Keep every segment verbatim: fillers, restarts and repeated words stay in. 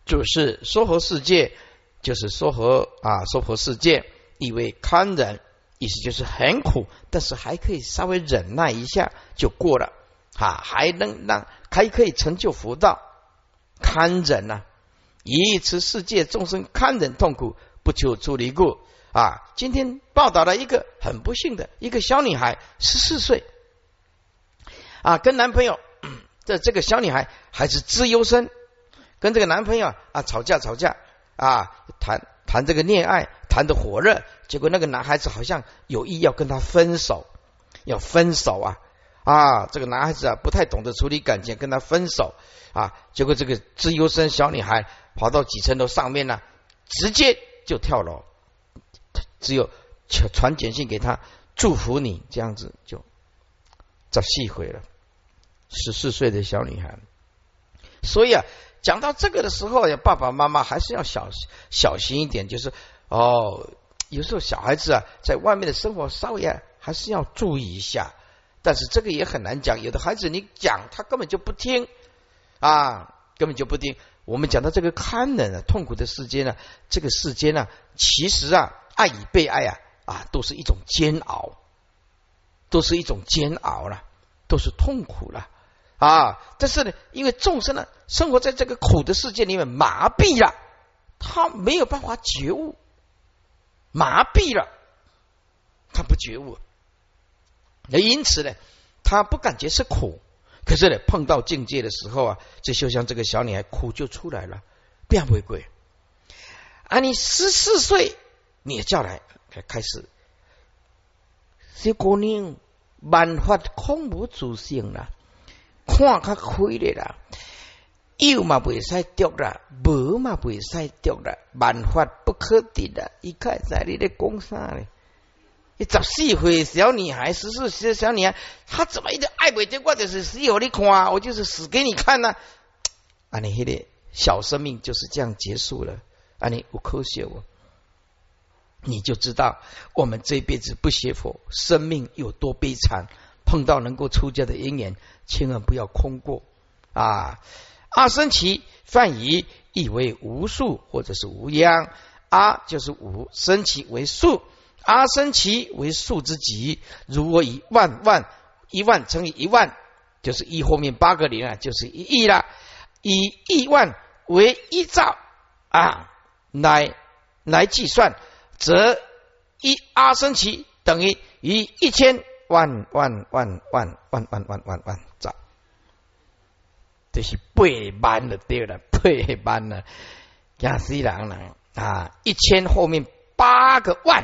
就是娑婆世界，就是娑婆啊，娑婆世界，意为堪忍，意思就是很苦，但是还可以稍微忍耐一下就过了啊，还能让还可以成就佛道。堪忍呐、啊，以此世界众生堪忍痛苦，不求出离故啊。今天报道了一个很不幸的一个小女孩，十四岁啊，跟男朋友这这个小女孩还是资优生。跟这个男朋友啊吵架吵架啊，谈谈这个恋爱谈得火热，结果那个男孩子好像有意要跟他分手，要分手啊啊！这个男孩子啊不太懂得处理感情，跟他分手啊，结果这个资优生小女孩跑到几层楼上面呢、啊，直接就跳楼，只有传简讯给他祝福你，这样子就这戏毁了。十四岁的小女孩，所以啊。讲到这个的时候，爸爸妈妈还是要小小心一点，就是哦，有时候小孩子啊，在外面的生活稍微啊，还是要注意一下。但是这个也很难讲，有的孩子你讲他根本就不听啊，根本就不听。我们讲到这个堪忍啊，痛苦的世间呢、啊，这个世间呢、啊，其实啊，爱与被爱啊啊，都是一种煎熬，都是一种煎熬了，都是痛苦了。啊，但是呢，因为众生呢，生活在这个苦的世界里面，麻痹了，他没有办法觉悟，麻痹了，他不觉悟，那因此呢，他不感觉是苦，可是呢，碰到境界的时候啊，就就像这个小女孩，苦就出来了，变回归。啊，你十四岁，你也叫来开始，小姑娘，万法空无自性啦。看较开咧啦，有嘛袂使得啦，无嘛袂使得啦，万法不可得啦。一看在你咧讲啥咧？一十四岁小女孩，十四岁小女孩，她怎么一直爱不得？我就是死给你看，我就是死给你看呐、啊！啊，你迄个小生命就是这样结束了。啊，你有可惜哦，你就知道我们这辈子不学佛，生命有多悲惨。碰到能够出家的因缘，千万不要空过啊！阿僧祇梵语意为无数或者是无央，阿就是无，僧祇为数，阿僧祇为数之极。如果以万万一万乘以一万，就是一后面八个零啊，就是一亿啦。以亿万为一兆啊，来来计算，则一阿僧祇等于一一千。万万万万万万万万万兆，这是八万了，对了，八万了，惊死人了啊！一千后面八个万，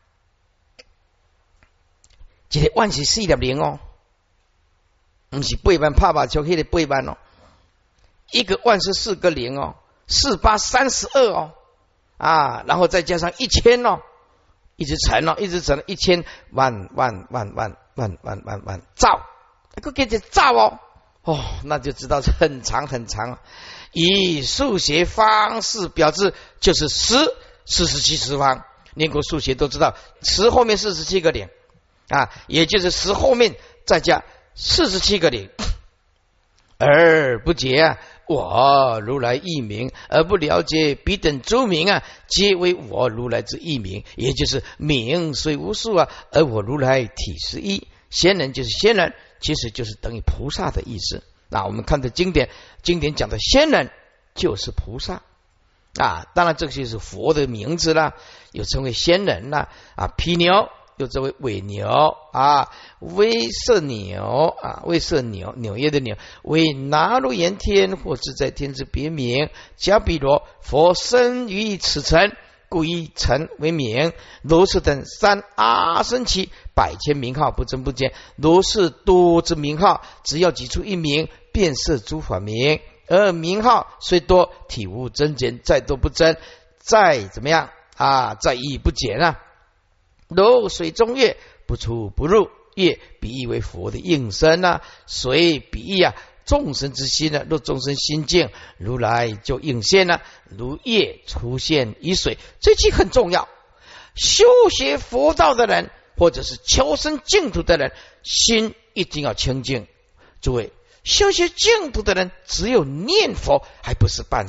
这个万是四粒零哦，不是八万拍把球那个八万哦，一个万是四个零哦，四八三十二哦啊，然后再加上一千哦。一直乘了，一直乘了一千万万万万万万万万兆，那个给这兆哦，哦，那就知道是很长很长。以数学方式表示，就是十四十七次方，念过数学都知道，十后面四十七个零啊，也就是十后面再加四十七个零，而不解啊。我如来义名，而不了解彼等诸名啊，皆为我如来之义名，也就是名虽无数啊，而我如来体是一。仙人就是仙人，其实就是等于菩萨的意思。那我们看的经典，经典讲的仙人就是菩萨啊，当然这个就是佛的名字啦，有称为仙人啦啊，毗牛。又称为尾牛啊，威色牛啊，威色牛，纽约的纽，为拿入炎天或自在天之别名。迦毗罗，佛生于此城，故以城为名。如是等三阿僧祇，百千名号不增不减。如是多之名号，只要举出一名，便是诸法名。而名号虽多，体无增减，再多不增，再怎么样啊，再益不减啊。如水中月，不出不入，月比喻为佛的应身啊，水比喻啊众生之心啊，若众生心净，如来就应现了、啊。如月出现于水，这句很重要。修学佛道的人，或者是求生净土的人，心一定要清净。诸位，修学净土的人，只有念佛还不是办法，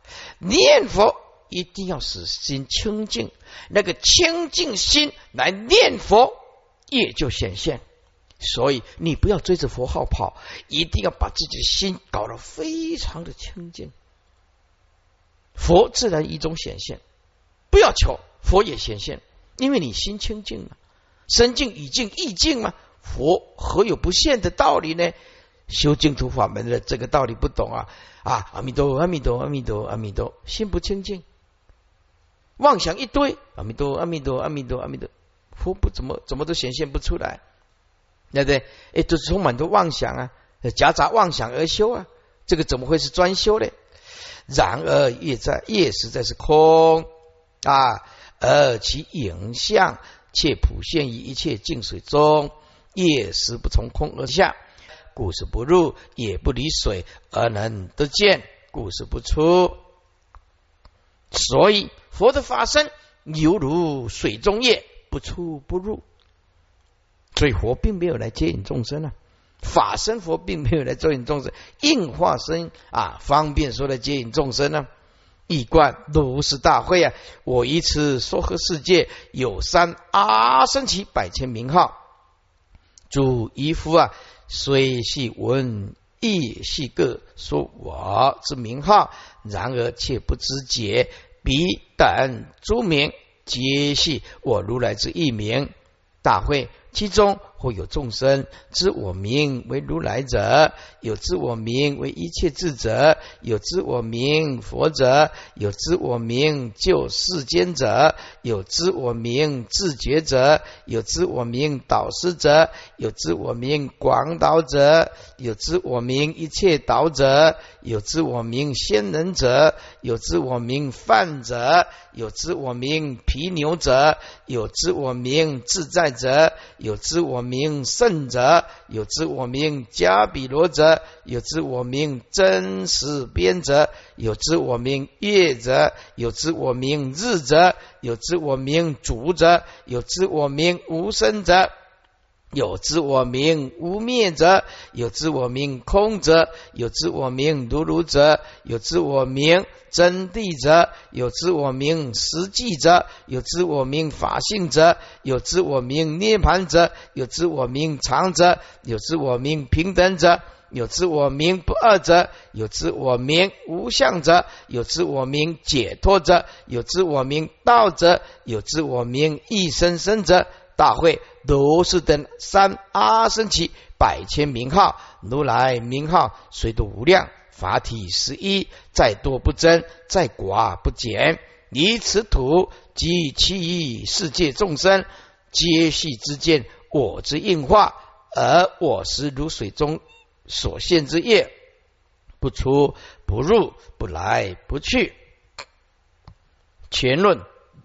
念佛一定要使心清净，那个清净心来念佛，业就显现。所以你不要追着佛号跑，一定要把自己的心搞得非常的清净，佛自然一种显现。不要求佛也显现，因为你心清净嘛，身净语净意净嘛，佛何有不现的道理呢？修净土法门的这个道理不懂啊啊！阿弥陀阿弥陀阿弥陀阿弥陀，心不清净，妄想一堆，阿弥陀阿弥陀阿弥陀阿弥陀，佛不怎么怎么都显现不出来，对不对？哎，都是充满着妄想啊，夹杂妄想而修啊，这个怎么会是专修呢？然而业在业实在是空啊，而其影像却普现于一切净水中，业实不从空而下，故是不入，也不离水而能得见，故是不出。所以佛的法身犹如水中液，不出不入。所以佛并没有来接引众生啊，法身佛并没有来接引众生，应化身啊，方便说来接引众生啊。一观如是大会啊，我以此说和世界有三阿僧祇百千名号，诸遗夫啊，虽系闻亦系各说我之名号，然而却不知解，彼等诸名皆系我如来之一名。大会其中或有众生知我名为如来者，有知我名为一切智者，有知我名佛者，有知我名救世间者，有知我名自觉者，有知我名导师者，有知我名广导者，有知我名一切导者，有知我名仙人者，有知我名梵者，有知我名毗牛者，有知我名自在者，有知我名圣者，有知我名迦毗罗者，有知我名真实边者，有知我名月者，有知我名日者，有知我名主者，有知我名无生者，有知我名无灭者，有知我名空者，有知我名如如者，有知我名真谛者，有知我名实际者，有知我名法性者，有知我名涅盘者，有知我名常者，有知我名平等者，有知我名不二者，有知我名无相者，有知我名解脱者，有知我名道者，有知我名一生生者。大会如是等三阿僧祇百千名号，如来名号虽多无量，法体十一，再多不增，再寡不减。以此土及其余世界众生，皆系之见我之应化，而我实如水中所现之业，不出不入，不来不去。全论。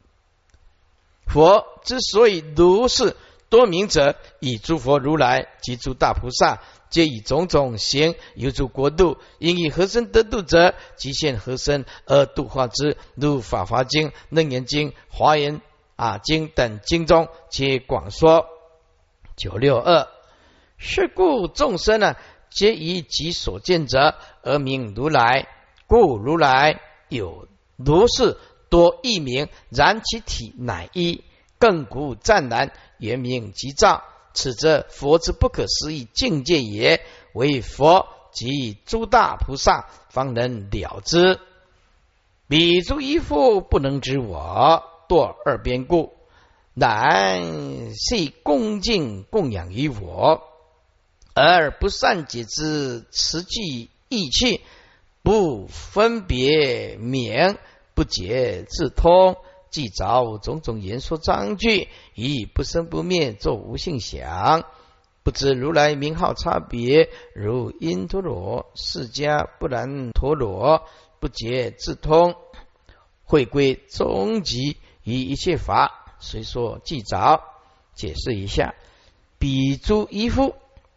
佛之所以如是多名者，以诸佛如来及诸大菩萨皆以种种行游诸国度，因以何身得度者，即现何身而度化之，如法华经、楞严经、华严啊经等经中皆广说。九六二，是故众生呢、啊，皆以己所见者而名如来，故如来有如是多异名，然其体乃一，亘古湛然，原名即照。此则佛之不可思议境界也，为佛及诸大菩萨方能了之。彼诸一父不能知我，堕二边故，然系恭敬供养于我，而不善解之词句意气，不分别名，不解自通，既着种种言说章句，以不生不灭作无性想，不知如来名号差别，如因陀罗、释迦、不然陀罗，不解自通，会归终极于一切法，虽说既着。解释一下，彼诸依夫，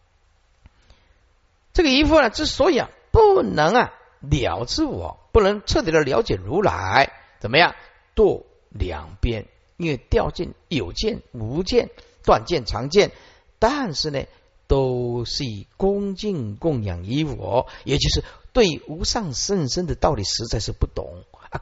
这个依夫呢，之所以啊不能啊了知我，不能彻底的了解如来，怎么样？堕两边，因为掉见有见无见，断见常见，但是呢都是以恭敬供养于我，也就是对无上甚深的道理实在是不懂，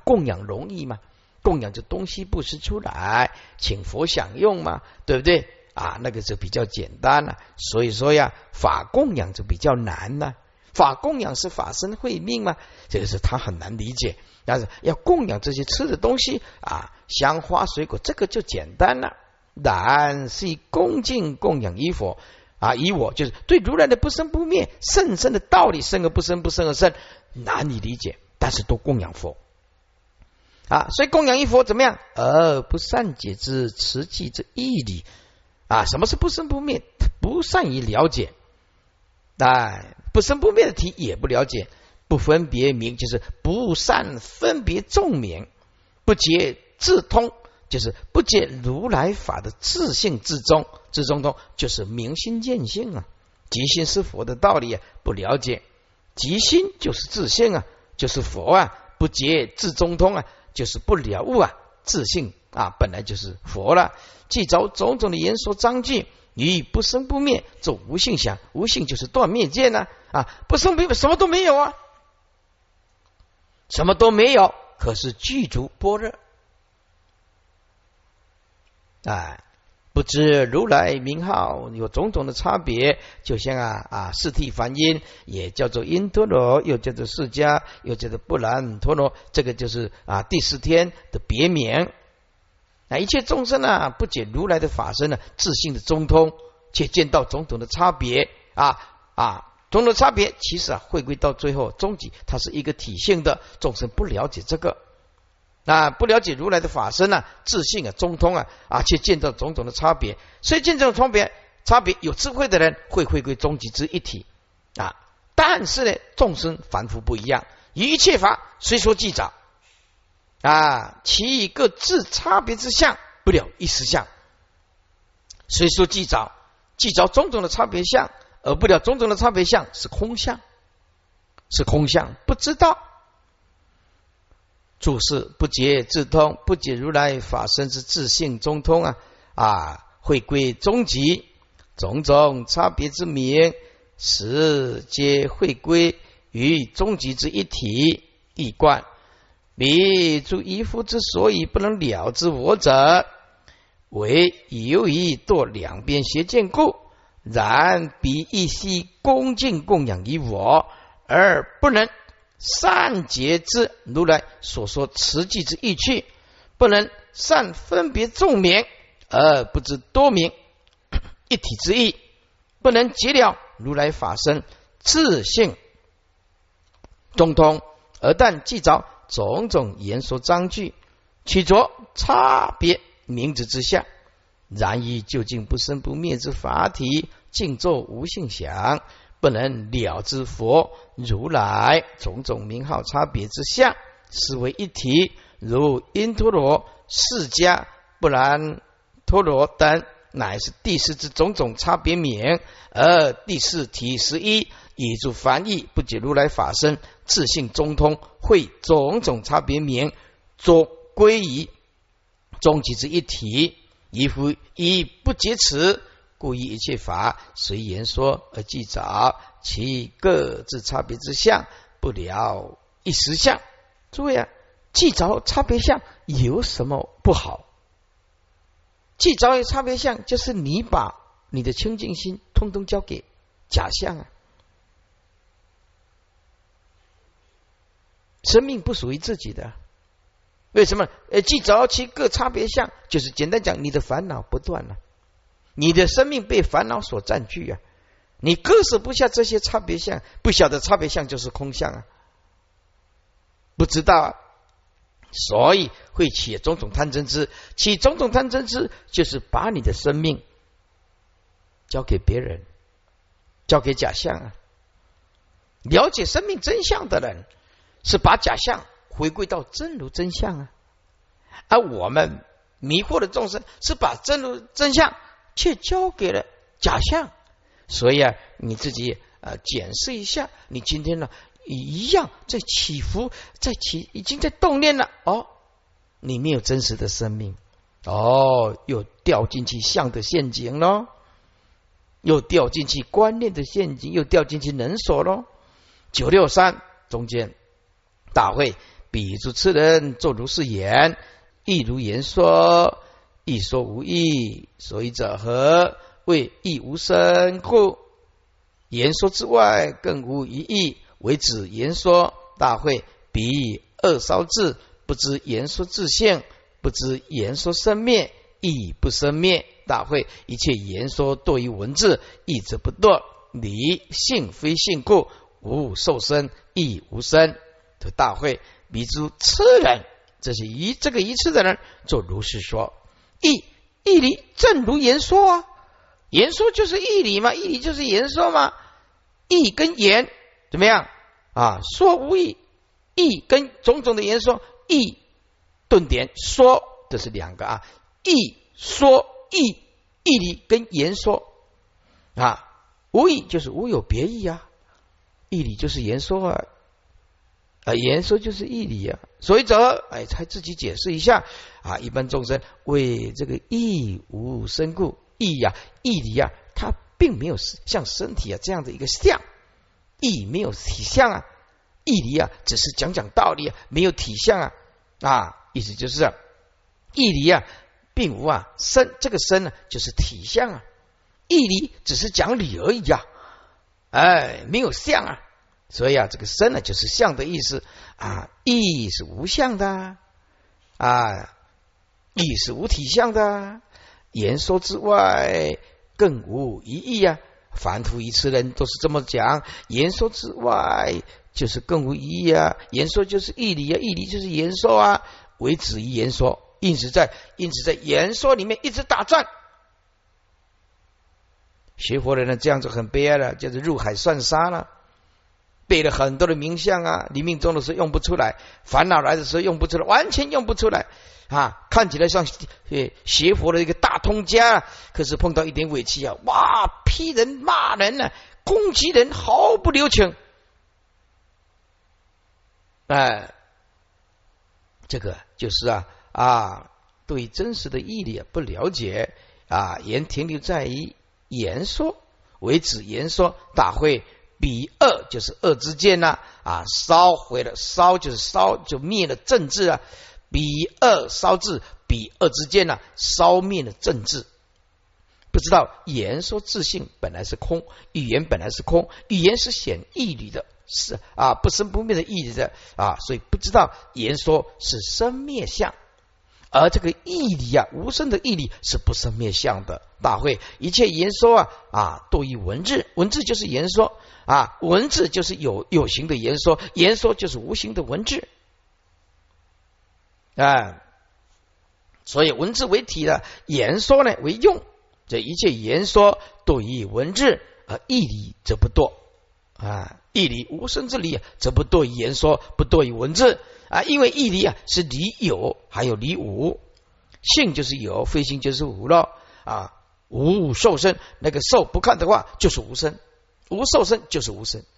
供养容易嘛，供养就东西布施出来，请佛享用嘛，对不对啊？那个就比较简单了、啊。所以说呀，法供养就比较难了、啊。法供养是法身慧命嘛，这个是他很难理解。但是要供养这些吃的东西啊，香花水果，这个就简单了。然是以恭敬供养依佛啊，以我就是对如来的不生不灭甚深的道理，生而不生，不生而生，难以理解，但是都供养佛啊。所以供养依佛怎么样？而不善解之持记之义理啊。什么是不生不灭？不善于了解，哎，不生不灭的题也不了解，不分别名就是不善分别众名，不解自通就是不解如来法的自性自宗，自宗通就是明心见性啊，即心是佛的道理啊，不了解，即心就是自性啊，就是佛啊，不解自宗通啊，就是不了悟啊，自性啊本来就是佛了。既着种种的言说章句，于不生不灭做无性想，无性就是断灭见啊，啊不生不灭什么都没有啊，什么都没有，可是具足般若。哎，不知如来名号有种种的差别，就像啊啊四谛梵音，也叫做因陀罗，又叫做释迦，又叫做布兰陀罗，这个就是啊第四天的别名。那一切众生啊，不解如来的法身呢、啊，自性的中通，且见到种种的差别啊啊，种种的差别，其实啊回归到最后终极，它是一个体性的，众生不了解这个。啊，不了解如来的法身啊，自性啊，中通啊，啊，却见到种种的差别。所以见这种差别，差别有智慧的人会回归终极之一体啊。但是呢，众生凡夫不一样，一切法虽说既早啊，其以各自差别之相，不了一实相。虽说既早，既着种种的差别相，而不了种种的差别相，是空相，是空相，不知道。注释不解自通，不解如来法身之自性中通啊啊，会归终极，种种差别之名，实皆会归于终极之一体一观。彼诸依夫之所以不能了知我者，为由于堕两边邪见故。然彼一悉恭敬供养于我，而不能善解之如来所说持记之意趣，不能善分别众名，而不知多名一体之意，不能解了如来法身自性中通，而但记着种种言说章句，取着差别名字之下，然以究竟不生不灭之法体，静坐无性想，不能了知佛如来种种名号差别之相，实为一体。如因陀罗、释迦、不然陀罗等，乃是第四之种种差别名。而第四体十一，以诸翻译不解如来法身自性中通，会种种差别名，作归于终极之一体。以夫以不解此，故以一切法随言说而记着其各自差别之相，不了一实相。诸位啊，记着差别相有什么不好？记着差别相，就是你把你的清净心通通交给假象啊。生命不属于自己的，为什么？呃，记着其各差别相，就是简单讲，你的烦恼不断了、啊，你的生命被烦恼所占据啊，你割舍不下这些差别相，不晓得差别相就是空相啊，不知道啊，所以会起种种贪嗔痴，起种种贪嗔痴就是把你的生命交给别人，交给假象啊。了解生命真相的人，是把假象回归到真如真相啊，而我们迷惑的众生是把真如真相却交给了假象。所以啊，你自己呃检视一下，你今天呢一样在起伏，在起已经在动念了哦，你没有真实的生命哦，又掉进去相的陷阱咯，又掉进去观念的陷阱，又掉进去能所咯。九六三中间大会彼诸痴人作如是言，亦如言说，亦说无益，所以者何？谓亦无生故。言说之外，更无一义，为止言说。大会彼二烧智，不知言说自性，不知言说生灭，亦不生灭。大会一切言说堕于文字，亦则不堕。离性非性故，无受生，亦无生。这大会彼诸痴人，这是一这个一痴的人做如是说。义义理正如言说啊，言说就是义理嘛，义理就是言说嘛。义跟言怎么样啊？说无义，义跟种种的言说，义顿点说，这是两个啊。义说义义理跟言说啊，无义就是无有别义啊，义理就是言说啊，啊言说就是义理啊。所以者，哎，才自己解释一下啊。一般众生为这个义无生故，义呀、啊、义理啊，它并没有像身体啊这样的一个相，义没有体相啊，义理啊只是讲讲道理啊，没有体相啊啊，意思就是啊，义理啊并无啊身，这个身呢、啊、就是体相啊，义理只是讲理而已啊，哎，没有相啊，所以啊这个身呢就是相的意思啊，义是无相的啊，义是无体相的，言说之外更无一义啊。凡夫一痴人都是这么讲，言说之外就是更无一义啊，言说就是义理啊，义理就是言说啊，为止于言说，因此在因此在言说里面一直打转。学佛的人这样子很悲哀了，就是入海算沙了，背了很多的名相啊，临命终的时候用不出来，烦恼来的时候用不出来，完全用不出来啊，看起来像学佛的一个大通家，可是碰到一点委屈啊，哇，批人骂人啊，攻击人毫不留情，哎，这个就是啊啊，对真实的义理啊不了解啊，言停留在于言说，为止言说。大会彼恶就是恶之见呐 啊, 啊，烧毁了，烧就是烧就灭了正治啊。彼恶烧智，彼恶之见呐、啊，烧灭了正治。不知道言说自性本来是空，语言本来是空，语言是显义理的，是啊不生不灭的义理的啊，所以不知道言说是生灭相，而这个义理啊，无生的义理是不生灭相的。大会一切言说啊啊，多于文字，文字就是言说啊，文字就是有有形的言说，言说就是无形的文字啊，所以文字为体的，言说呢为用。这一切言说多于文字，而义理则不多啊，义理无生之理则不多于言说，不多于文字啊，因为义理啊是理有，还有理无，性就是有，非性就是无了啊。无受生，那个受不看的话就是无生，无受生就是无生，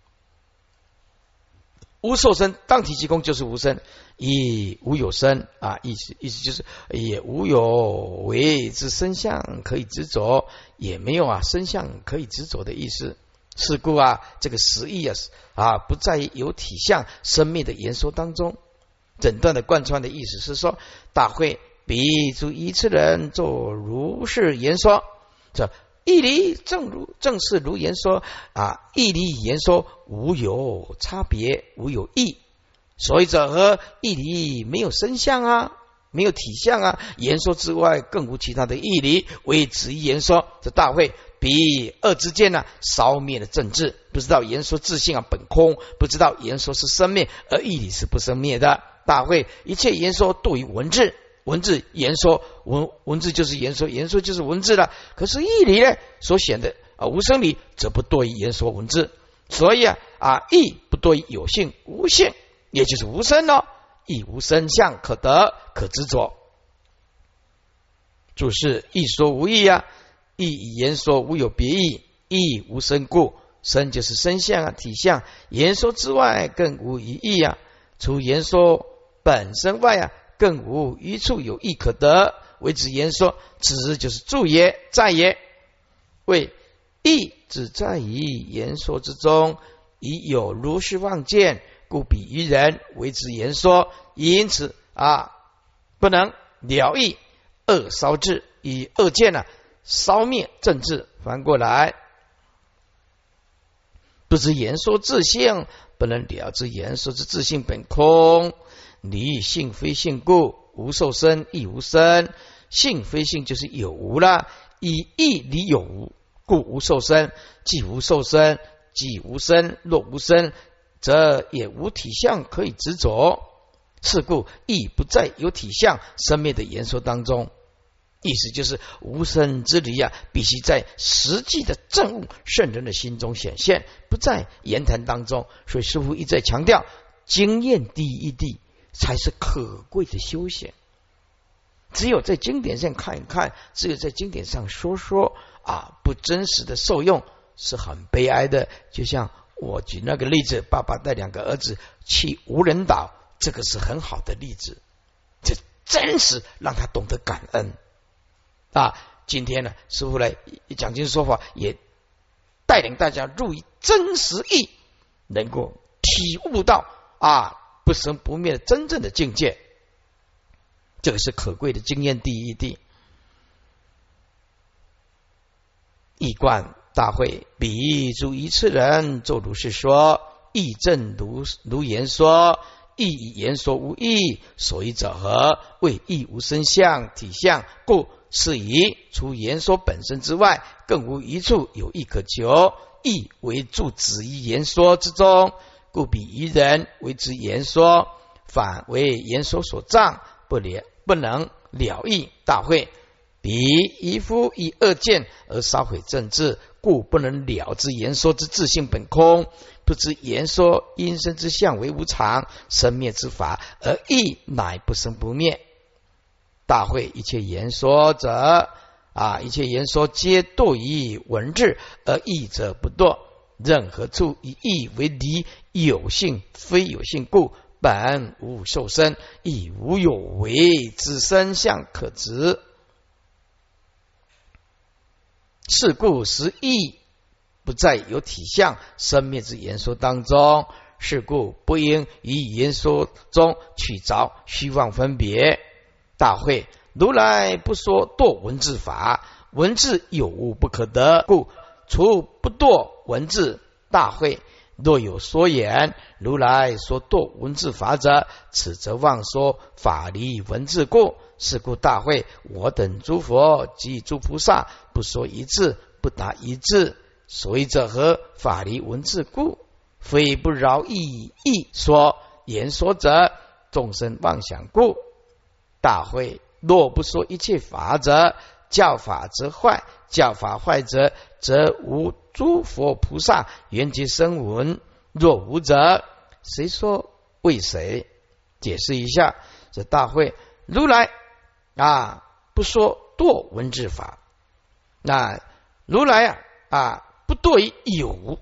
无受生当体即空就是无生，亦无有生啊，意思意思就是也无有为之生相可以执着，也没有啊生相可以执着的意思。是故啊，这个实义啊啊不在于有体相生灭的言说当中。整段的贯穿的意思是说，大会彼诸一痴人作如是言说，这义理正如正是如言说啊，义理与言说无有差别，无有异。所以者何？义理没有身相啊，没有体相啊，言说之外更无其他的义理，为止于言说。这大会彼恶之见呢、啊，烧灭了正治，不知道言说自性啊本空，不知道言说是生灭，而义理是不生灭的。大会一切言说多于文字，文字言说，文文字就是言说，言说就是文字了。可是义理呢所显的啊无生理，则不多于言说文字。所以啊啊义不多于有性无性，也就是无生哦，亦无生相可得可执着。注释：义说无义啊，义以言说无有别义，义无生故，生就是生相啊体相，言说之外更无一义啊，除言说本身外啊，更无一处有义可得，为止言说。此就是住也在也，为义只在于言说之中，已有如是妄见，故故彼于人为之言说，因此啊，不能了义恶烧制，以恶见呢、啊、烧灭正治。翻过来，不知言说自性，不能了知言说之自性本空。离性非性故，无受生亦无生。性非性就是有无了，以义离有无，故无受生。既无受生，即无生。若无生，则也无体相可以执着。是故义不在有体相生灭的言说当中。意思就是无生之理啊，必须在实际的证悟圣人的心中显现，不在言谈当中。所以师父一再强调，经验第一地才是可贵的修行。只有在经典上看一看，只有在经典上说说啊，不真实的受用是很悲哀的。就像我举那个例子，爸爸带两个儿子去无人岛，这个是很好的例子，这真实让他懂得感恩啊。今天呢，师父来讲经说法，也带领大家入于真实义，能够体悟到啊不生不灭的真正的境界。这个是可贵的经验第一地。义观大会，彼诸一次人作如是说，义正如如言说，义以言说无义，所以者何？谓义无生相体相，故是以除言说本身之外，更无一处有义可求。义为助止于言说之中，故彼于人为之言说，反为言说所障，不了不能了义。大会，彼一夫以恶见而烧毁正治，故不能了知言说之自性本空，不知言说因生之相为无常，生灭之法，而义乃不生不灭。大会，一切言说者啊，一切言说皆堕于文字，而义者不堕。任何处以义为离有性非有性故，本无受生，亦无有为之身相可执。是故实义不在有体相生灭之言说当中，是故不应于言说中取着虚妄分别。大会，如来不说堕文字法，文字有无不可得，故除不堕文字。大会，若有说言，如来说堕文字法者，此则妄说法离文字故。是故大会，我等诸佛及诸菩萨不说一字，不答一字，所以者何？法离文字故，非不饶意义说言说者，众生妄想故。大会，若不说一切法者，教法则坏，教法坏者，则无诸佛菩萨缘觉声闻。若无者，谁说为谁？解释一下，这大会如来啊不说堕文字法，那如来啊啊不堕于有，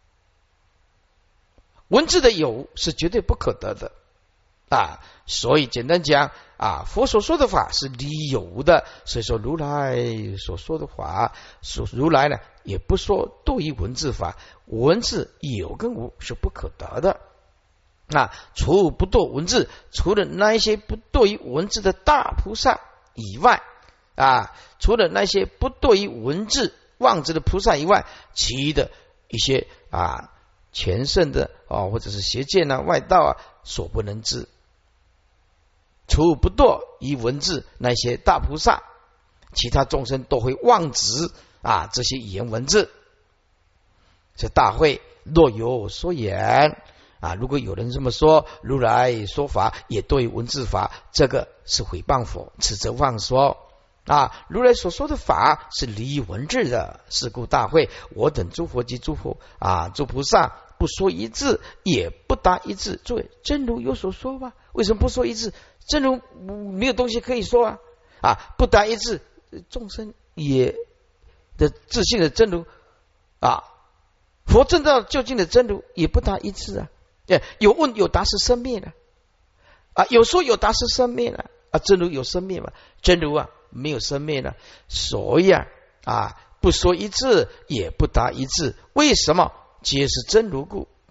文字的有是绝对不可得的啊。所以简单讲啊，佛所说的法是离有无的，所以说如来所说的法，所如来呢也不说堕于文字法，文字有跟无是不可得的。那除不堕文字，除了那一些不堕于文字的大菩萨以外啊，除了那些不堕于文字妄字的菩萨以外，其余的一些啊前圣的啊，或者是邪见啊、外道啊，所不能知。除不堕于文字那些大菩萨，其他众生都会妄执啊这些语言文字。这大会若有说言啊，如果有人这么说，如来说法也堕于文字法，这个是毁谤佛，此则妄说啊。如来所说的法是离于文字的，是故大会，我等诸佛及诸佛啊诸菩萨不说一字，也不答一字。诸位，真如有所说吧？为什么不说一字？真如没有东西可以说啊啊！不答一字，众生也的自信的真如啊，佛证到究竟的真如也不答一字啊。有问有答是生灭了啊，有说有答是生灭了啊。真如有生灭嘛？真如啊没有生灭了，所以啊啊不说一字，也不答一字。为什么？皆是真如故，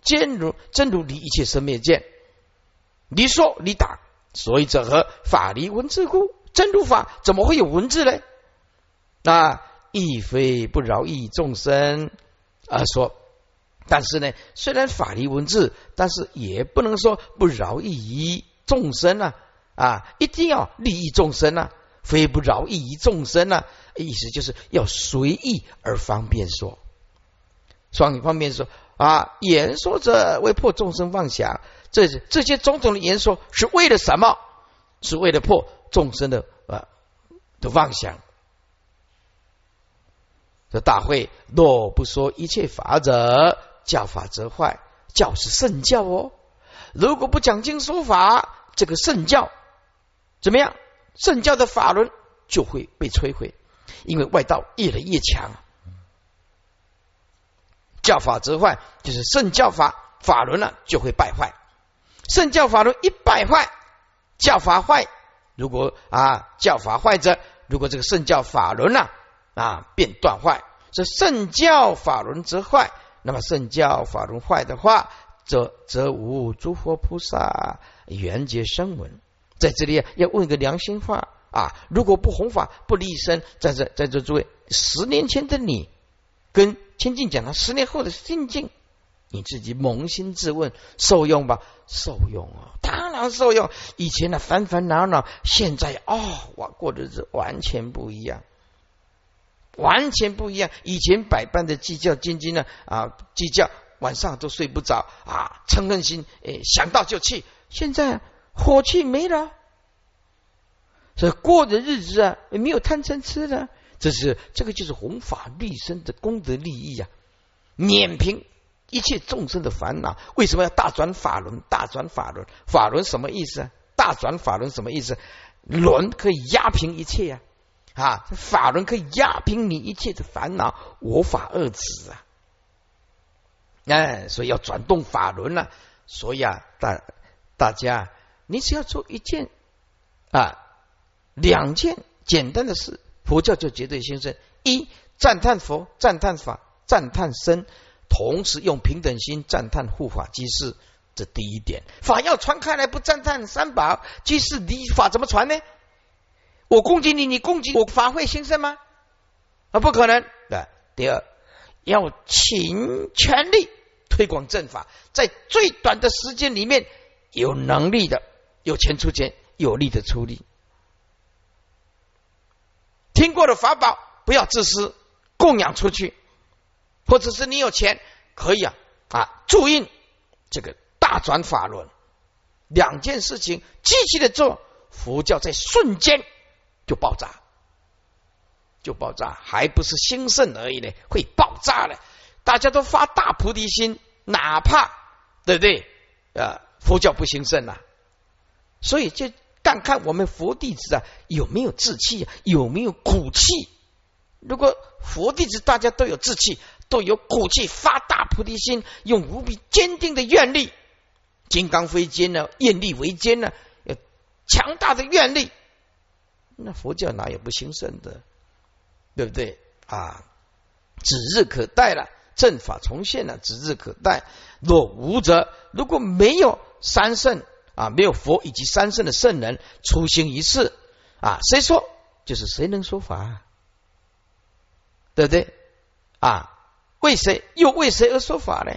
坚如真如离一切生灭见。离说离打，所以者何？法离文字故。真如法怎么会有文字呢？啊，亦非不饶益众生而说。但是呢，虽然法离文字，但是也不能说不饶益于众生啊！啊，一定要利益众生啊，非不饶益于众生啊！意思就是要随意而方便说，双语方便说啊，言说者为破众生妄想，这这些种种的言说是为了什么？是为了破众生的啊的妄想。这大会若不说一切法者，教法则坏。教是圣教哦，如果不讲经说法，这个圣教怎么样？圣教的法轮就会被摧毁，因为外道越来越强。教法则坏，就是圣教法法轮呢、啊、就会败坏。圣教法轮一败坏，教法坏。如果啊教法坏者，如果这个圣教法轮啊啊变断坏，这圣教法轮则坏。那么圣教法轮坏的话，则则无诸佛菩萨缘觉声闻。在这里要问一个良心话啊！如果不弘法不立身，在这在这诸位，十年前的你跟清净讲了十年后的心境，你自己扪心自问，受用吧？受用啊，当然受用。以前的烦烦恼恼，现在哦，我过的日子完全不一样。完全不一样，以前百般的计较斤斤呢啊，计较晚上都睡不着啊，嗔恨心，诶，想到就气。现在火气没了，所以过的日子啊，也没有贪嗔痴了。这是这个就是弘法立身的功德利益啊，碾平一切众生的烦恼。为什么要大转法轮？大转法轮，法轮什么意思啊？大转法轮什么意思？轮可以压平一切啊。啊，法轮可以压平你一切的烦恼，我法二执啊！哎，所以要转动法轮了、啊。所以啊，大大家，你只要做一件啊，两件简单的事，佛教就绝对兴盛。一，赞叹佛，赞叹法，赞叹僧，同时用平等心赞叹护法居士，这第一点。法要传开来，不赞叹三宝居士，你法怎么传呢？我攻击你，你攻击我，法会兴盛吗？啊，不可能的。第二，要尽全力推广正法，在最短的时间里面，有能力的有钱出钱，有力的出力。听过的法宝不要自私，供养出去，或者是你有钱可以啊啊注印这个大转法轮，两件事情积极的做，佛教在瞬间就爆炸，就爆炸，还不是兴盛而已呢，会爆炸了。大家都发大菩提心，哪怕对不对？呃，佛教不兴盛啊，所以就看看我们佛弟子啊有没有志气、啊，有没有骨气。如果佛弟子大家都有志气，都有骨气，发大菩提心，用无比坚定的愿力，金刚非坚呢，愿力为坚呢，有强大的愿力。那佛教哪有不兴盛的，对不对啊？指日可待了，正法重现了，指日可待。若无则，如果没有三圣啊，没有佛以及三圣的圣人出行一世啊，谁说？就是谁能说法，对不对啊？为谁又为谁而说法呢？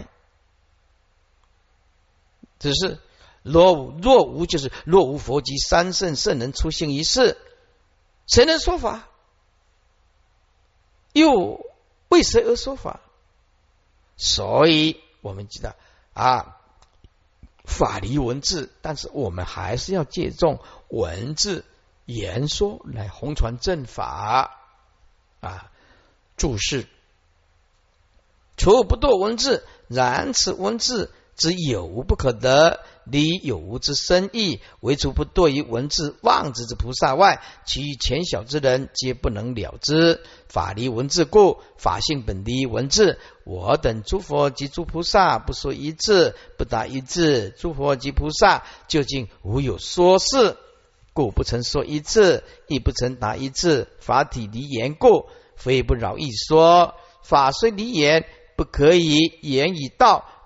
只是若无若无，就是若无佛及三圣圣人出行一世。谁能说法？又为谁而说法？所以我们知道啊，法离文字，但是我们还是要借重文字言说来弘传正法啊。注释：除不堕文字，然此文字之有无不可得，离有无之深意，唯除不堕于文字妄之之菩萨外，其余浅小之人皆不能了之。法离文字故，法性本离文字。我等诸佛及诸菩萨不说一字，不达一字。诸佛及菩萨究竟无有说事，故不曾说一字，亦不曾达一字。法体离言故，非不饶益说。法虽离言，不可以言以道。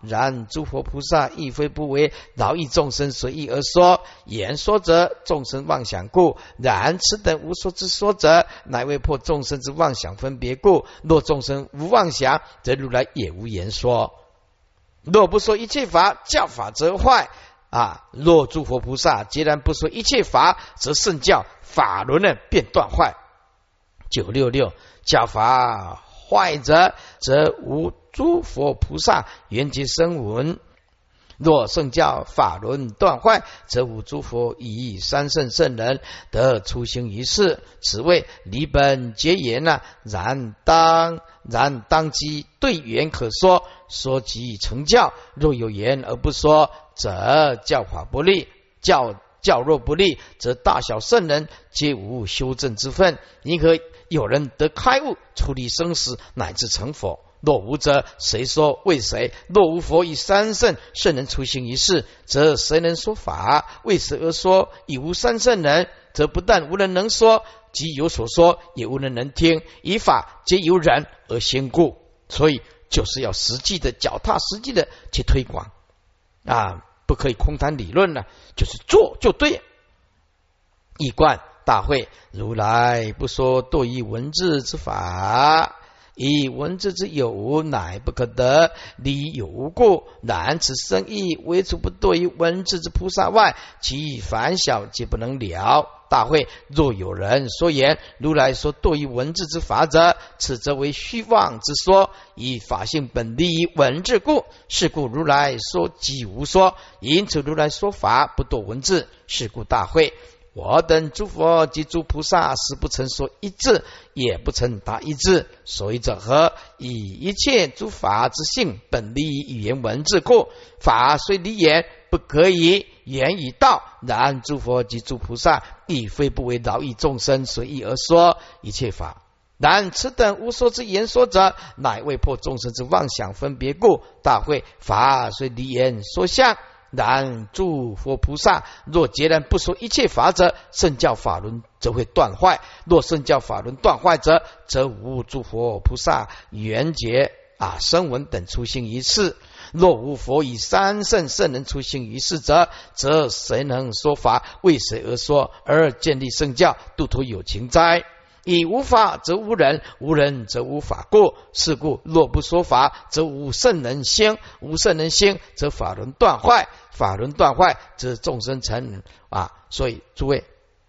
然诸佛菩萨亦非不为饶益众生随意而说，言说者众生妄想故，然此等无说之说者，乃为破众生之妄想分别故。若众生无妄想，则如来也无言说。若不说一切法，教法则坏啊！若诸佛菩萨截然不说一切法，则圣教法轮呢便断坏。九六六教法坏者，则无诸佛菩萨缘觉声闻；若圣教法轮断坏，则无诸佛以三圣圣人得出行于世。此谓离本结言啊！然当然当机对缘可说，说即成教。若有言而不说，则教法不利；教教若不利，则大小圣人皆无修正之分。宁可有人得开悟，出离生死，乃至成佛。若无则谁说为谁？若无佛以三圣圣人出行于世，则谁能说法？为谁而说？以无三圣人，则不但无人能说，即有所说，也无人能听。以法皆由人而先故，所以就是要实际的、脚踏实地的去推广啊，不可以空谈理论了，就是做就对。一贯大会，如来不说堕于文字之法，以文字之有无，乃不可得，理有无故。然此生意唯除不堕于文字之菩萨外，其凡小皆不能了。大会，若有人说言如来说堕于文字之法者，此则为虚妄之说，以法性本立于文字故。是故如来说即无说，因此如来说法不堕文字。是故大会，我等诸佛及诸菩萨实不曾说一字，也不曾答一字。所以者何？以一切诸法之性本立于语言文字故。法虽离言，不可以言以道。然诸佛及诸菩萨亦非不为饶益众生随意而说一切法。然此等无说之言说者，乃为破众生之妄想分别故。大会，法虽离言说相，然诸佛菩萨若截然不说一切法者，圣教法轮则会断坏。若圣教法轮断坏者，则无诸佛菩萨缘觉啊声闻等出行于世。若无佛以三圣圣人出行于世者，则谁能说法？为谁而说？而建立圣教，度脱有情哉？以无法则无人，无人则无法故。是故若不说法，则无圣人兴；无圣人兴，则法轮断坏；法轮断坏，则众生成啊。所以诸位，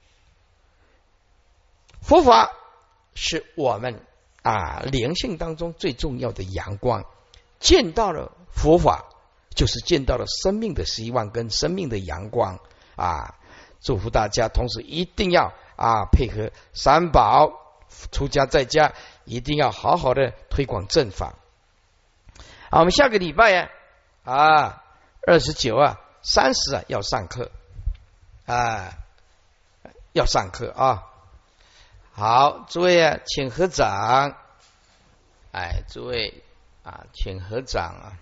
佛法是我们啊灵性当中最重要的阳光。见到了佛法，就是见到了生命的希望跟生命的阳光啊！祝福大家，同时一定要啊配合三宝，出家在家一定要好好的推广正法。好，我们下个礼拜呀啊二十九啊三十啊要上课啊要上课啊！好，诸位啊，请合掌。哎，诸位。啊，请合掌啊！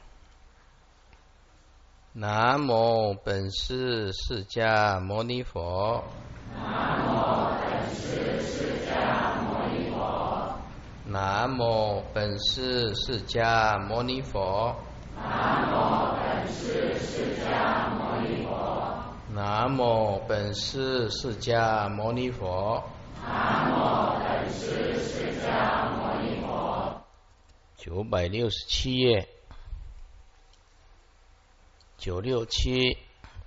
南无本师释迦牟尼佛。 南无本师释迦牟尼佛。 南无本师释迦牟尼佛。 南无本师释迦牟尼佛。 南无本师释迦牟尼佛。 南无本师释迦牟尼佛。 九百六十七页，九六七，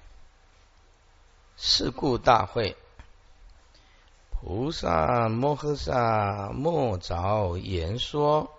是故大会，菩萨摩诃萨莫着言说，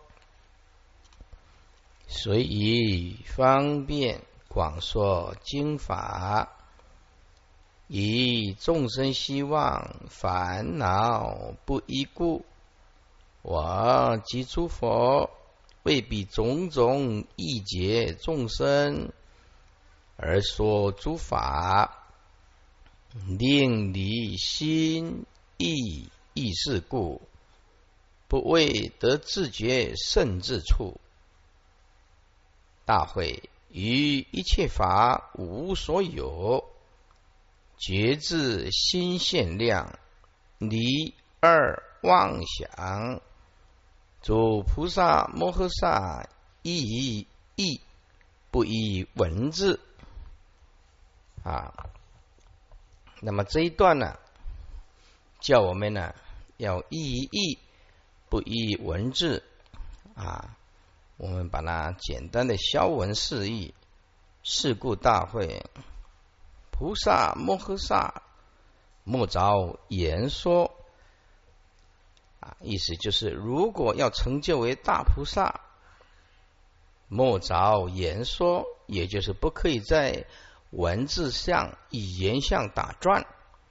随以方便广说经法，以众生希望烦恼不依故。我及诸佛为彼种种义解众生而说诸法，令离心意意识故，不为得自觉圣智处。大会，于一切法无所有，觉自心现量，离二妄想。诸菩萨摩诃萨亦亦不依文字啊。那么这一段呢，叫我们呢要依义，不依文字啊。我们把它简单的消文释义。是故大会，菩萨摩诃萨莫着言说啊，意思就是如果要成就为大菩萨，莫着言说，也就是不可以在文字上、语言上打转，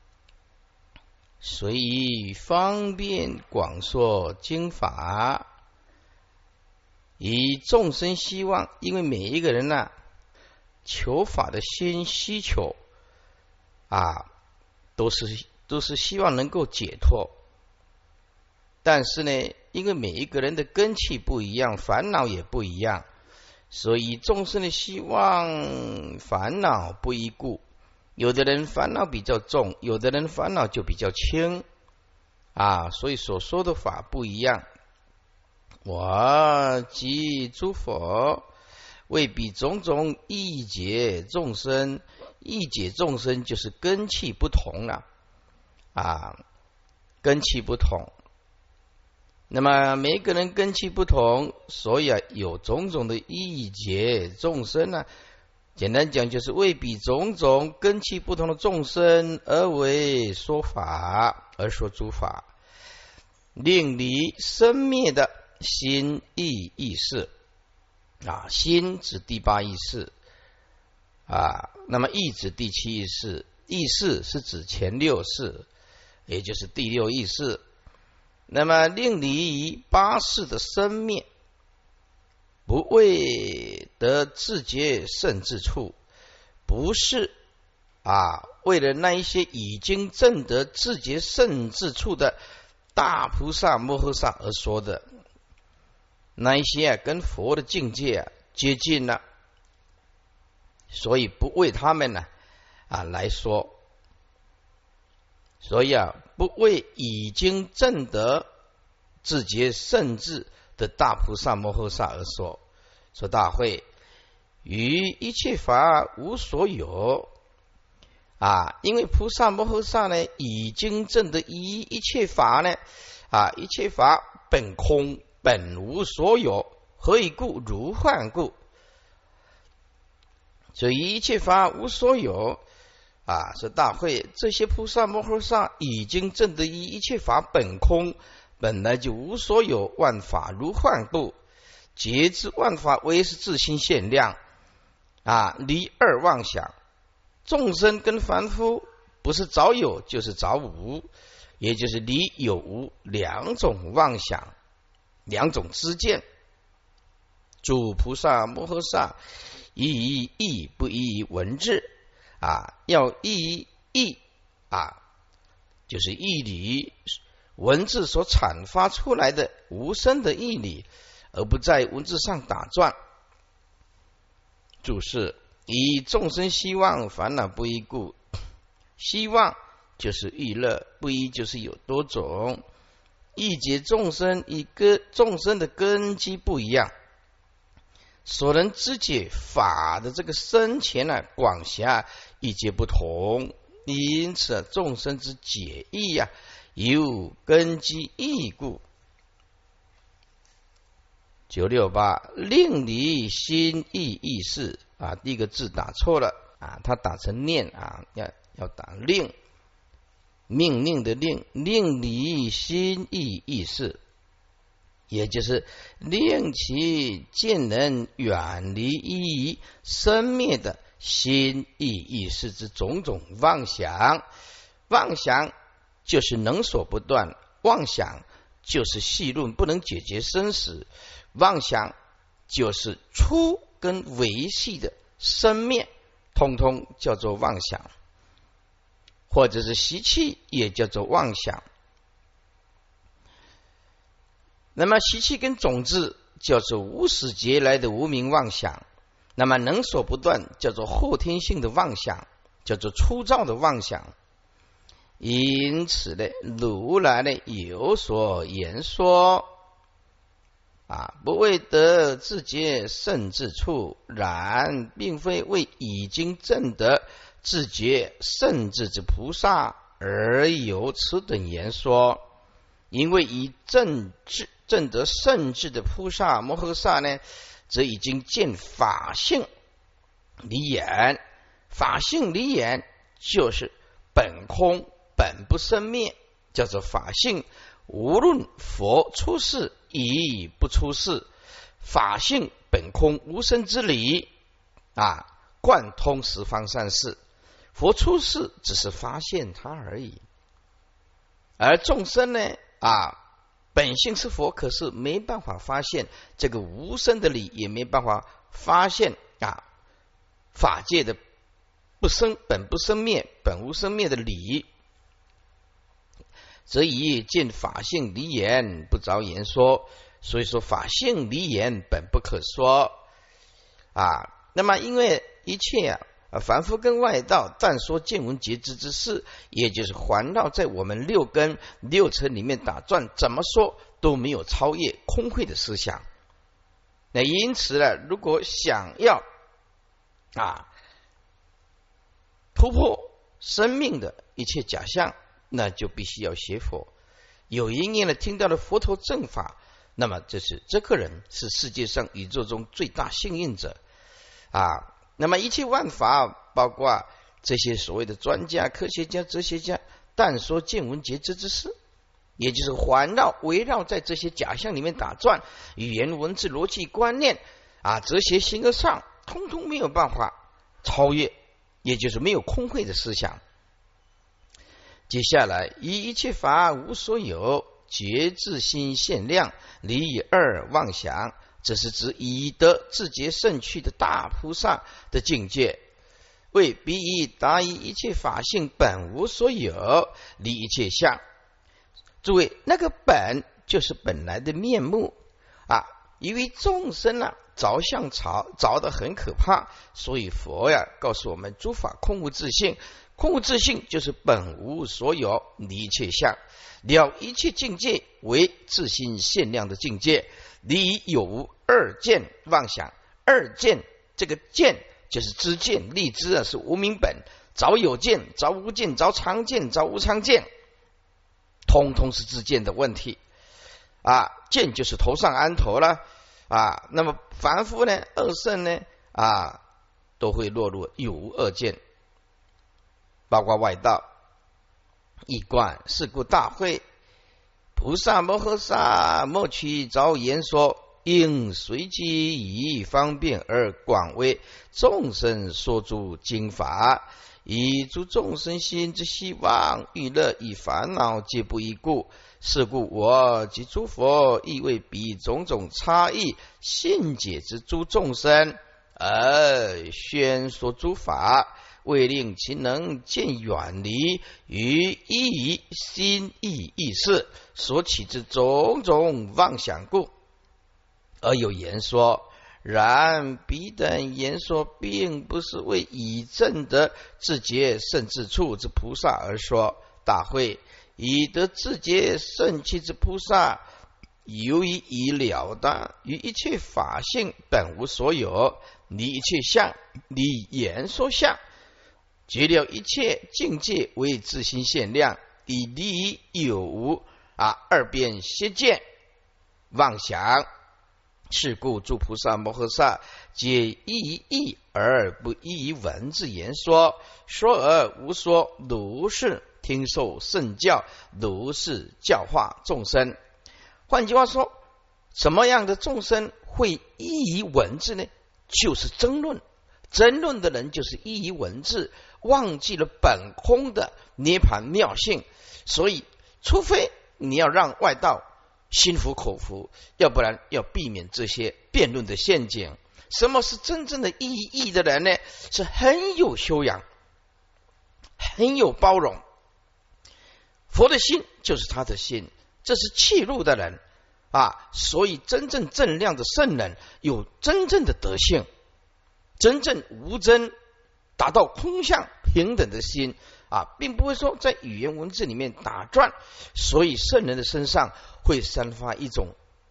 所以方便广说经法，以众生希望，因为每一个人呢、啊，求法的心需求啊，都是都是希望能够解脱。但是呢，因为每一个人的根器不一样，烦恼也不一样，所以众生的希望烦恼不一故。有的人烦恼比较重，有的人烦恼就比较轻啊，所以所说的法不一样。我及诸佛为彼种种异解众生，异解众生就是根器不同了啊，根器不同。那么每一个人根器不同，所以啊有种种的异解众生呢、啊。简单讲，就是为彼种种根器不同的众生而为说法，而说诸法，令离生灭的心意意识啊，心指第八意识啊，那么意指第七意识，意识是指前六识，也就是第六意识。那么令离八识的生灭，不为得自觉圣智处，不是啊，为了那一些已经证得自觉圣智处的大菩萨摩诃萨而说的，那一些啊跟佛的境界啊接近了，所以不为他们呢啊来说。所以啊，不为已经证得自觉圣智的大菩萨摩诃萨而说。说大会于一切法无所有啊，因为菩萨摩诃萨呢已经证得一一切法呢啊，一切法本空本无所有，何以故？如幻故。所以一切法无所有啊，说大会这些菩萨摩诃萨已经证得一一切法本空，本来就无所有，万法如幻故。觉知万法唯是自心限量啊，离二妄想。众生跟凡夫不是早有就是早无，也就是离有无两种妄想，两种知见。诸菩萨摩诃萨依义不依文字啊，要依义啊，就是义理，文字所阐发出来的无声的义理，而不在文字上打转。注释：以众生希望烦恼不一故，希望就是欲乐，不一就是有多种。意解众生以根众生的根基不一样，所能知解法的这个深浅啊广狭意解不同，因此众生之解义啊有根基异故。九六八令离心意意识啊，第一个字打错了啊，他打成念啊，要要打令，命令的令，令离心意意识，也就是令其见人远离依生灭的心意意识之种种妄想。妄想就是能所不断，妄想就是细论不能解决生死，妄想就是粗跟维系的生灭，通通叫做妄想，或者是习气也叫做妄想。那么习气跟种子叫做无始劫来的无明妄想，那么能所不断叫做后天性的妄想，叫做粗糙的妄想。因此呢，如来呢有所言说啊，不为得自觉圣智处，然并非为已经证得自觉圣智之菩萨而有此等言说。因为以证智证得圣智的菩萨摩诃萨呢，则已经见法性离眼，法性离眼就是本空本不生灭，叫做法性。无论佛出世亦不出世，法性本空无生之理啊，贯通十方三世。佛出世只是发现它而已，而众生呢啊，本性是佛，可是没办法发现这个无生的理，也没办法发现啊法界的不生本不生灭本无生灭的理，则以见法性离言不着言说。所以说法性离言本不可说啊。那么因为一切啊凡夫跟外道但说见闻觉知之事，也就是环绕在我们六根六尘里面打转，怎么说都没有超越空慧的思想。那因此呢，如果想要啊突破生命的一切假象，那就必须要学佛。有因缘的听到了佛陀正法，那么这是这个人是世界上宇宙中最大幸运者啊。那么一切万法，包括这些所谓的专家、科学家、哲学家，但说见闻觉知之事，也就是环绕围绕在这些假象里面打转，语言文字逻辑观念啊，哲学形而上，通通没有办法超越，也就是没有空慧的思想。接下来以一切法无所有，觉自心限量，离以二妄想，这是指以得自觉圣趣的大菩萨的境界。为彼以达以一切法性本无所有，离一切相。诸位，那个本就是本来的面目啊。因为众生啊着相着着得很可怕，所以佛呀告诉我们，诸法空无自性。空无自性就是本无所有，离一切相，了一切境界为自心限量的境界，离有无二见妄想。二见，这个见就是知见，立知啊是无明本，着有见，着无见，着常见，着无常见，通通是知见的问题啊。见就是头上安头了啊。那么凡夫呢，二圣呢啊，都会落入有无二见，包括外道。一观是故大会，菩萨摩诃萨莫取着言说，应随机以方便而广为众生说诸经法，以诸众生心之希望欲乐与烦恼皆不异故。是故我及诸佛亦为彼种种差异信解之诸众生而宣说诸法，为令其能见远离于意心意意识所起之种种妄想故，而有言说。然彼等言说，并不是为以证得自觉圣智处之菩萨而说。大会以得自觉圣气之菩萨，由于已了达于一切法性本无所有，离一切相，离言说相，觉了一切境界为自心限量，以离有无啊二边邪见妄想。是故诸菩萨摩诃萨皆依义而不依文字言说，说而无说，如是听受圣教，如是教化众生。换句话说，什么样的众生会依于文字呢？就是争论，争论的人就是依于文字，忘记了本空的涅槃妙性。所以除非你要让外道心服口服，要不然要避免这些辩论的陷阱。什么是真正的意义的人呢？是很有修养，很有包容。佛的心就是他的心，这是契入的人啊。所以真正正量的圣人有真正的德性，真正无真，达到空相平等的心啊，并不会说在语言文字里面打转。所以圣人的身上会散发一种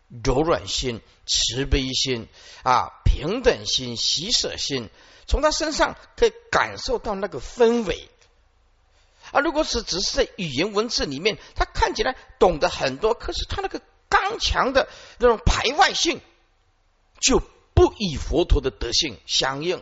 柔软心、慈悲心啊、平等心、喜舍心，从他身上可以感受到那个氛围。啊，如果是只是在语言文字里面，他看起来懂得很多，可是他那个刚强的那种排外性，就不与佛陀的德性相应。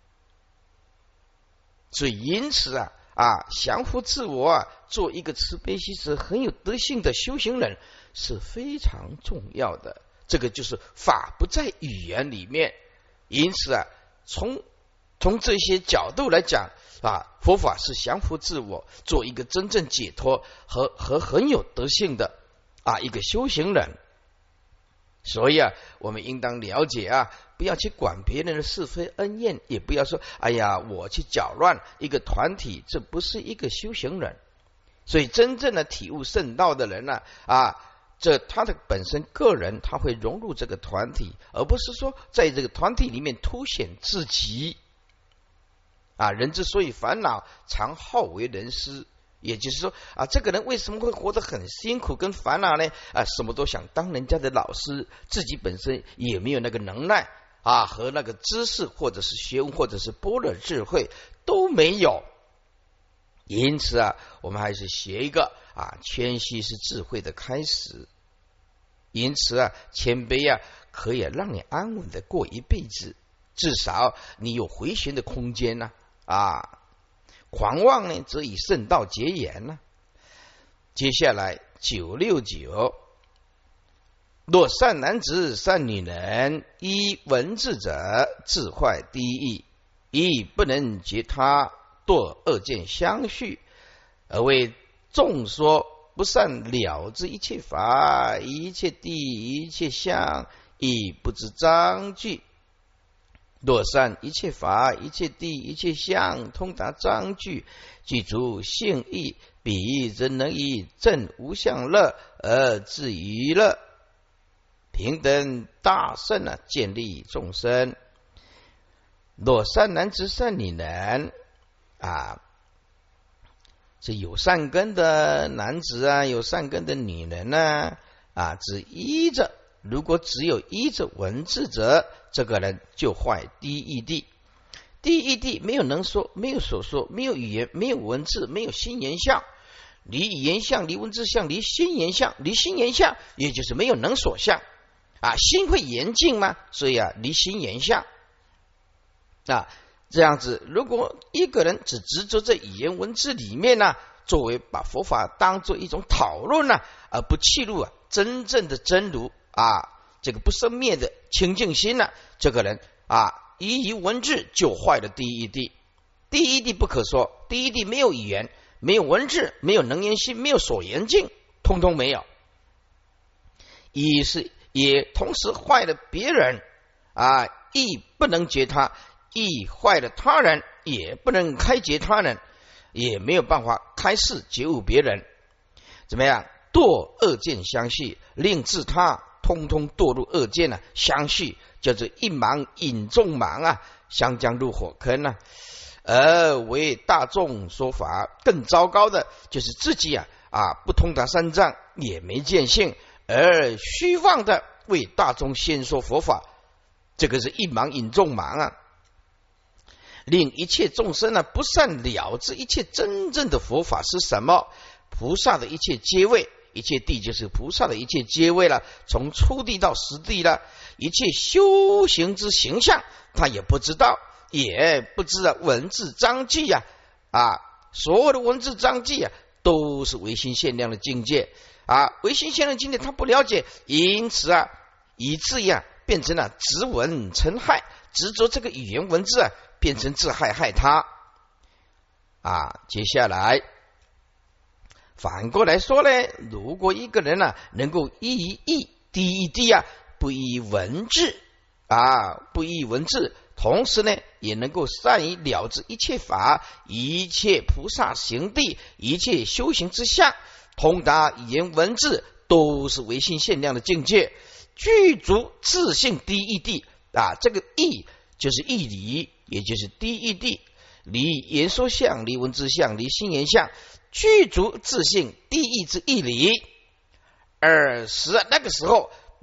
所以因此啊啊，降伏自我啊，做一个慈悲喜舍很有德性的修行人是非常重要的。这个就是法不在语言里面。因此啊，从从这些角度来讲啊，佛法是降伏自我，做一个真正解脱和和很有德性的啊一个修行人。所以啊，我们应当了解啊，不要去管别人的是非恩怨，也不要说哎呀我去搅乱一个团体，这不是一个修行人。所以真正的体悟圣道的人呢 啊, 啊，这他的本身个人他会融入这个团体，而不是说在这个团体里面凸显自己啊。人之所以烦恼，常好为人师。也就是说啊，这个人为什么会活得很辛苦跟烦恼呢？啊，什么都想当人家的老师，自己本身也没有那个能耐啊，和那个知识或者是学问或者是般若智慧都没有。因此啊，我们还是学一个啊，谦虚是智慧的开始。因此啊，谦卑啊，可以让你安稳的过一辈子，至少你有回旋的空间呢 啊, 啊。狂妄呢，则以圣道结言呢、啊。接下来九六九，若善男子、善女人，依文字者，自坏第一，亦不能结他，堕恶见相续，而为众说不善了知一切法、一切地、一切相，亦不知章句。若善一切法、一切地、一切相，通达章句，具足性义，彼则能以正无相乐而自娱乐，平等大圣啊，建立众生。若善男子、善女人啊，这有善根的男子啊，有善根的女人呢 啊, 啊，只依着。如果只有依着文字者，这个人就坏第一谛。第一谛没有能说，没有所说，没有语言，没有文字，没有心言相。离语言相，离文字相，离心言相，离心言相，也就是没有能所相啊。心会严静吗？所以啊，离心言相啊。这样子，如果一个人只执着在语言文字里面呢、啊，作为把佛法当做一种讨论呢、啊，而不契入啊真正的真如啊，这个不生灭的清净心呢、啊，这个人啊，依于文字就坏了第一谛。第一谛不可说，第一谛没有语言，没有文字，没有能言心，没有所言境，通通没有。一是也同时坏了别人啊，亦不能觉他，亦坏了他人，也不能开解他人，也没有办法开示觉悟别人。怎么样？堕恶见相续，令自他通通堕入恶见啊，相续叫做一盲引众盲啊，相将入火坑啊。而为大众说法，更糟糕的就是自己啊啊不通达三藏，也没见性，而虚妄的为大众先说佛法，这个是一盲引众盲啊，令一切众生呢、啊、不善了知一切真正的佛法是什么，菩萨的一切阶位。一切地就是菩萨的一切阶位了，从初地到实地了，一切修行之形象他也不知道，也不知道文字章句呀 啊, 啊，所有的文字章句啊都是唯心限量的境界啊，唯心限量的境界他不了解，因此啊，以至于啊变成了执文成害，执着这个语言文字啊变成自害害他啊。接下来。反过来说呢，如果一个人呢、啊、能够依于义第一谛啊，不依文字啊，不依文字，同时呢也能够善于了知一切法、一切菩萨行地、一切修行之相，通达语言文字都是唯心限量的境界，具足自性第一谛啊，这个义就是义理，也就是第一谛，离言说相，离文字相，离心言相。具足自性第一之义理，而时那个时候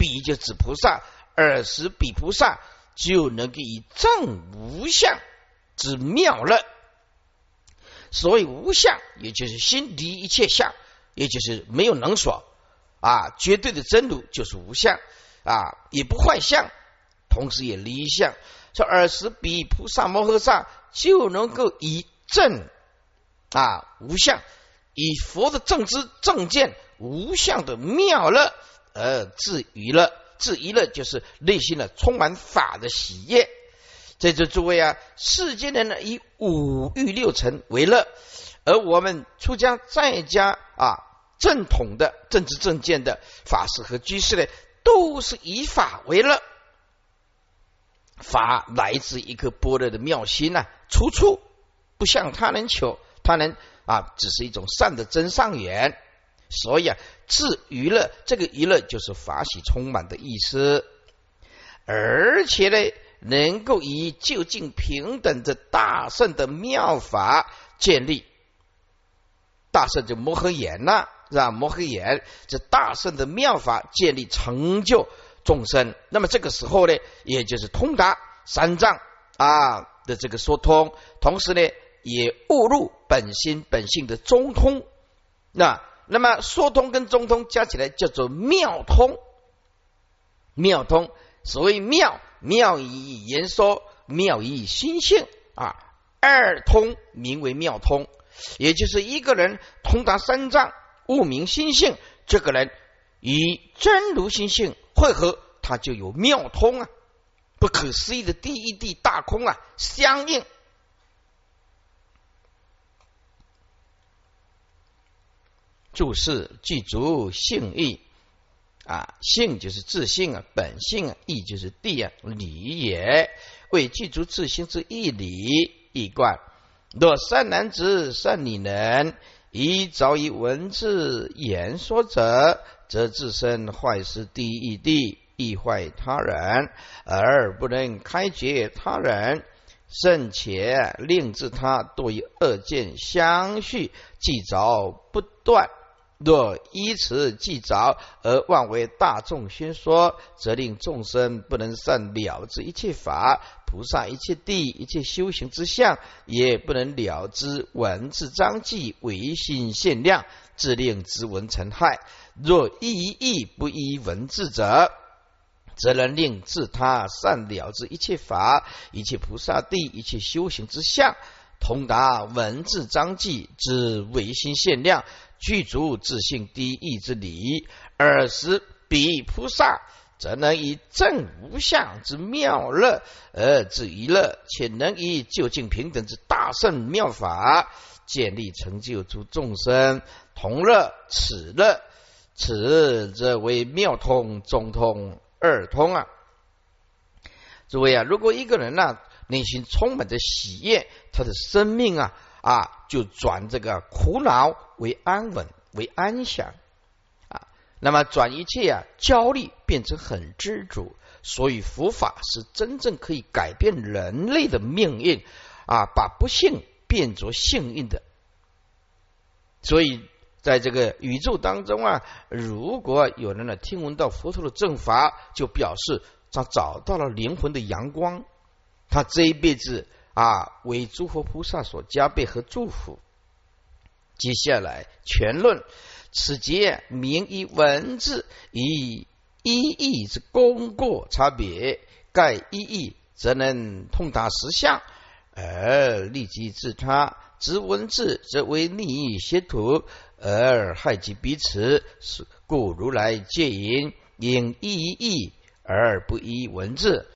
彼就指菩萨，尔时彼菩萨就能够以正无相之妙乐。所以无相，也就是心离一切相，也就是没有能所啊，绝对的真如就是无相啊，也不坏相，同时也离相。说尔时彼菩萨摩诃萨就能够以正啊无相，以佛的正知正见无相的妙乐而自娱乐。自娱乐就是内心的充满法的喜悦。这就诸位啊，世间人呢以五欲六尘为乐，而我们出家在家啊正统的正知正见的法师和居士呢，都是以法为乐。法来自一颗般若的妙心啊，处处不向他人求，他人啊只是一种善的真上缘。所以啊，自娱乐，这个娱乐就是法喜充满的意思。而且呢，能够以究竟平等的大圣的妙法建立。大圣就摩诃言呐、啊，是吧？摩诃言这大圣的妙法建立成就众生。那么这个时候呢，也就是通达三藏啊的这个说通，同时呢，也悟入本心本性的中通。那那么说通跟中通加起来叫做妙通。妙通，所谓妙，妙以言说，妙以心性啊，二通名为妙通。也就是一个人通达三藏，悟明心性，这个人与真如心性汇合，他就有妙通啊，不可思议的第一地大空啊相应。注释具足性义啊，性就是自性啊，本性啊，义就是地啊，理也。为具足自性之义理，义观。若善男子善女人，以早以文字言说者，则自身坏失第一义谛，亦坏他人，而不能开解他人，甚且令自他堕于恶见相续，既着不断。若依此既着而妄为大众宣说，则令众生不能善了知一切法，菩萨一切地一切修行之相，也不能了知文字章记，唯心限量，自令知闻成害。若依义不依文字者，则能令自他善了知一切法，一切菩萨地一切修行之相，通达文字章记之唯心限量，具足自性第一义之理。尔时彼菩萨则能以正无相之妙乐而自娱乐，且能以究竟平等之大圣妙法建立成就诸众生同乐。此乐，此则为妙通、中通、二通啊。诸位啊，如果一个人呢、啊、内心充满着喜悦，他的生命啊啊就转这个苦恼为安稳，为安详啊，那么转一切啊焦虑变成很知足。所以佛法是真正可以改变人类的命运啊，把不幸变作幸运的。所以在这个宇宙当中啊，如果有人呢听闻到佛陀的正法，就表示他找到了灵魂的阳光，他这一辈子啊为诸佛菩萨所加倍和祝福。接下来全论，此节名以文字以一义之功过差别，盖一义则能通达实相而利己自他，执文字则为利益邪徒而害及彼此，故如来戒引应依义而不依文字，